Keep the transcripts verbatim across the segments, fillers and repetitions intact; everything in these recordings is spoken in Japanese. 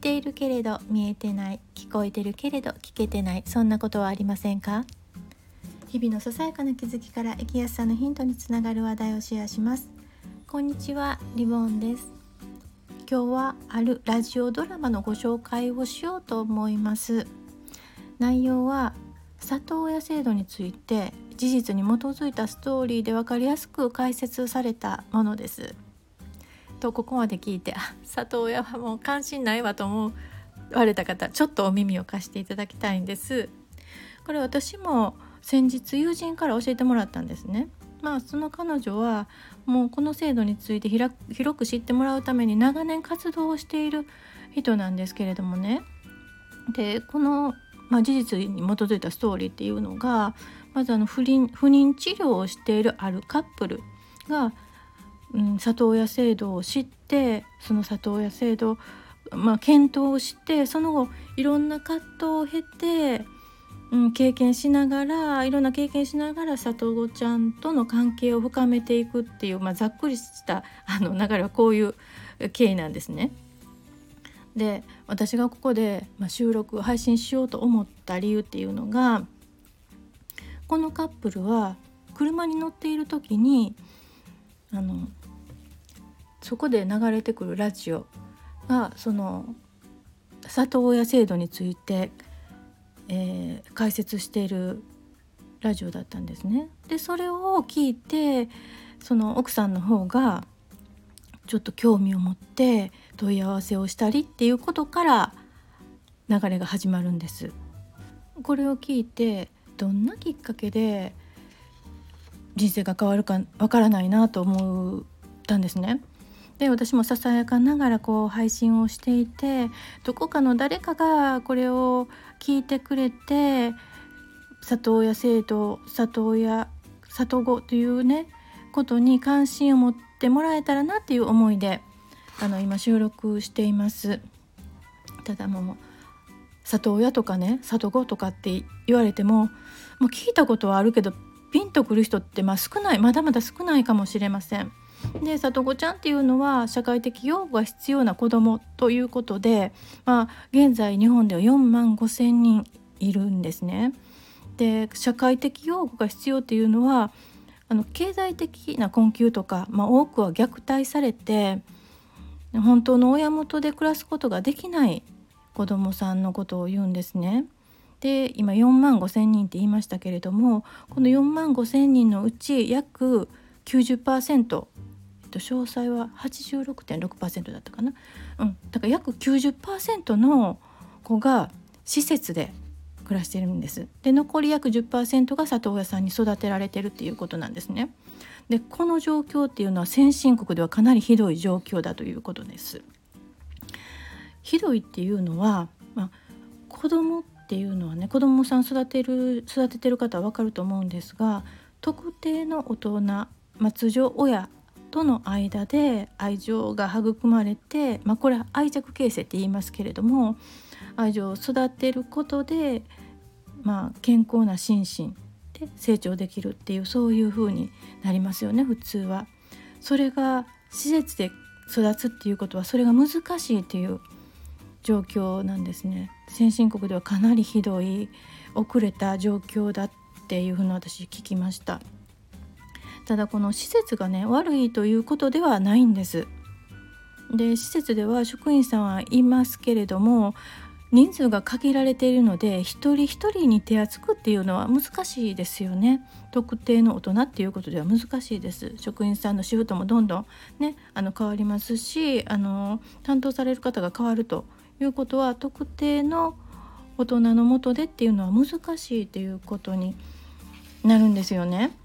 ているけれど見えてない、聞こえてるけれど聞けてない、そんなことはありませんか？日々のささやかな気づきから生きやすさのヒントにつながる話題をシェアします。こんにちは、リボンです。今日はあるラジオドラマのご紹介をしようと思います。内容は里親制度について事実に基づいたストーリーで分かりやすく解説されたものです。とここまで聞いて、あ、里親はもう関心ないわと思われた方、ちょっとお耳を貸していただきたいんです。これ私も先日友人から教えてもらったんですね。まあその彼女はもうこの制度について広く知ってもらうために長年活動をしている人なんですけれどもね。でこの、まあ、事実に基づいたストーリーっていうのが、まずあの不倫、不妊治療をしているあるカップルが、うん、里親制度を知って、その里親制度、まあ、検討をして、その後いろんな葛藤を経て、うん、経験しながらいろんな経験しながら里子ちゃんとの関係を深めていくっていう、まあ、ざっくりしたあの流れはこういう経緯なんですね。で私がここで、まあ、収録配信しようと思った理由っていうのが、このカップルは車に乗っている時にあのそこで流れてくるラジオがその里親制度について、えー、解説しているラジオだったんですね。でそれを聞いて、その奥さんの方がちょっと興味を持って問い合わせをしたりっていうことから流れが始まるんです。これを聞いて、どんなきっかけで人生が変わるかわからないなと思ったんですね。で私もささやかながらこう配信をしていて、どこかの誰かがこれを聞いてくれて、里親制度、里親、里子というねことに関心を持ってもらえたらなっていう思いであの今収録しています。ただもう里親とかね里子とかって言われても、もう聞いたことはあるけどピンとくる人ってまあ少ない、まだまだ少ないかもしれません。で里子ちゃんっていうのは社会的養護が必要な子どもということで、まあ、現在日本ではよんまんごせんにんいるんですね。で社会的養護が必要っていうのはあの経済的な困窮とか、まあ、多くは虐待されて本当の親元で暮らすことができない子どもさんのことを言うんですね。で今よんまんごせんにんって言いましたけれども、このよんまんごせんにんのうち約 きゅうじゅっパーセント、えっと、詳細は はちじゅうろくてんろくパーセント だったかな、うん、だから約 きゅうじゅっパーセント の子が施設で暮らしているんです。で残り約 じゅっパーセント が里親さんに育てられているっていうことなんですね。でこの状況っていうのは先進国ではかなりひどい状況だということです。ひどいっていうのは、まあ、子供っていうのはね、子供さん育てる育ててる方は分かると思うんですが、特定の大人、まあ、通常親との間で愛情が育まれて、まあ、これは愛着形成って言いますけれども、愛情を育てることで、まあ、健康な心身で成長できるっていう、そういう風になりますよね普通は。それが施設で育つっていうことはそれが難しいっていう状況なんですね。先進国ではかなりひどい遅れた状況だっていうふうに私聞きました。ただこの施設がね悪いということではないんです。で施設では職員さんはいますけれども、人数が限られているので一人一人に手厚くっていうのは難しいですよね。特定の大人っていうことでは難しいです。職員さんのシフトもどんどんねあの変わりますし、あの担当される方が変わるということは、特定の大人の下でっていうのは難しいということになるんですよね。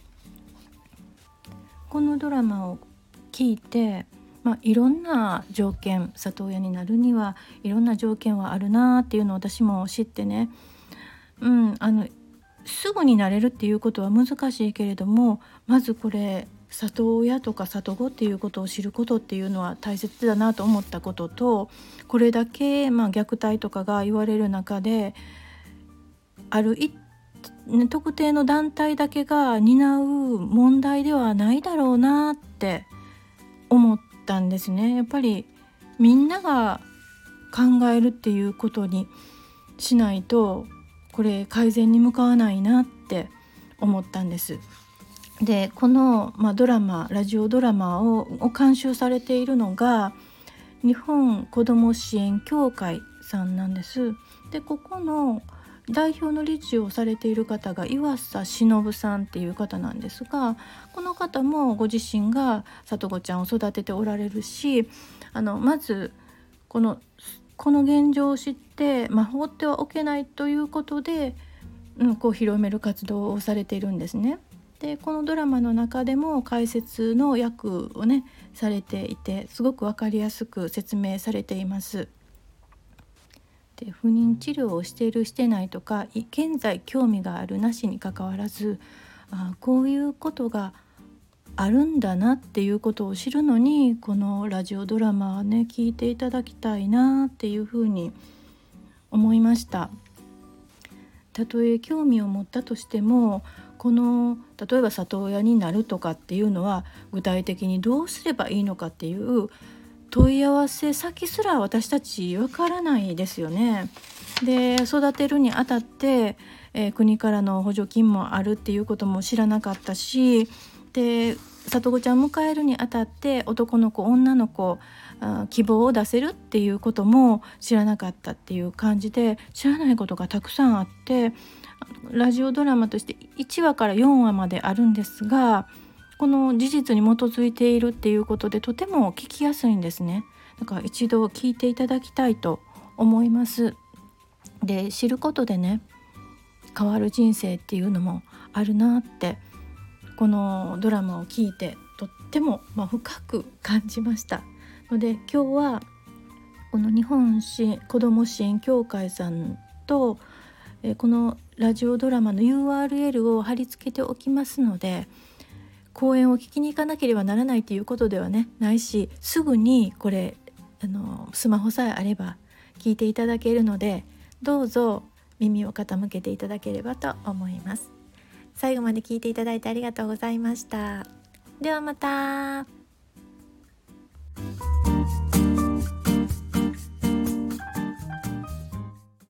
このドラマを聞いて、まあ、いろんな条件、里親になるにはいろんな条件はあるなっていうのを私も知ってね、うん、あのすぐになれるっていうことは難しいけれども、まずこれ里親とか里子っていうことを知ることっていうのは大切だなと思ったことと、これだけ、まあ、虐待とかが言われる中である一特定の団体だけが担う問題ではないだろうなって思ったんですね。やっぱりみんなが考えるっていうことにしないとこれ改善に向かわないなって思ったんです。でこの、まあ、ドラマラジオドラマを、を監修されているのが日本子ども支援協会さんなんです。でここの代表の理事をされている方が岩佐忍さんっていう方なんですが、この方もご自身が里子ちゃんを育てておられるし、あのまずこのこの現状を知ってまあ放ってはおけないということで、うん、こう広める活動をされているんですね。でこのドラマの中でも解説の役をねされていて、すごく分かりやすく説明されています。で不妊治療をしているしてないとか現在興味があるなしにかかわらず、あこういうことがあるんだなっていうことを知るのにこのラジオドラマはね聞いていただきたいなっていうふうに思いました。たとえ興味を持ったとしても、この例えば里親になるとかっていうのは具体的にどうすればいいのかっていう問い合わせ先すら私たちわからないですよね。で育てるにあたって、えー、国からの補助金もあるっていうことも知らなかったし、で里子ちゃんを迎えるにあたって男の子女の子あ希望を出せるっていうことも知らなかったっていう感じで、知らないことがたくさんあって、ラジオドラマとしていちわからよんわまであるんですが、この事実に基づいているっていうことでとても聞きやすいんですね。だから一度聞いていただきたいと思います。で知ることでね変わる人生っていうのもあるなってこのドラマを聞いてとっても、まあ、深く感じましたので、今日はこの日本子ども支援協会さんとえこのラジオドラマの ユーアールエル を貼り付けておきますので、講演を聞きに行かなければならないということでは、ね、ないし、すぐにこれあのスマホさえあれば聞いていただけるので、どうぞ耳を傾けていただければと思います。最後まで聞いていただいてありがとうございました。ではまた。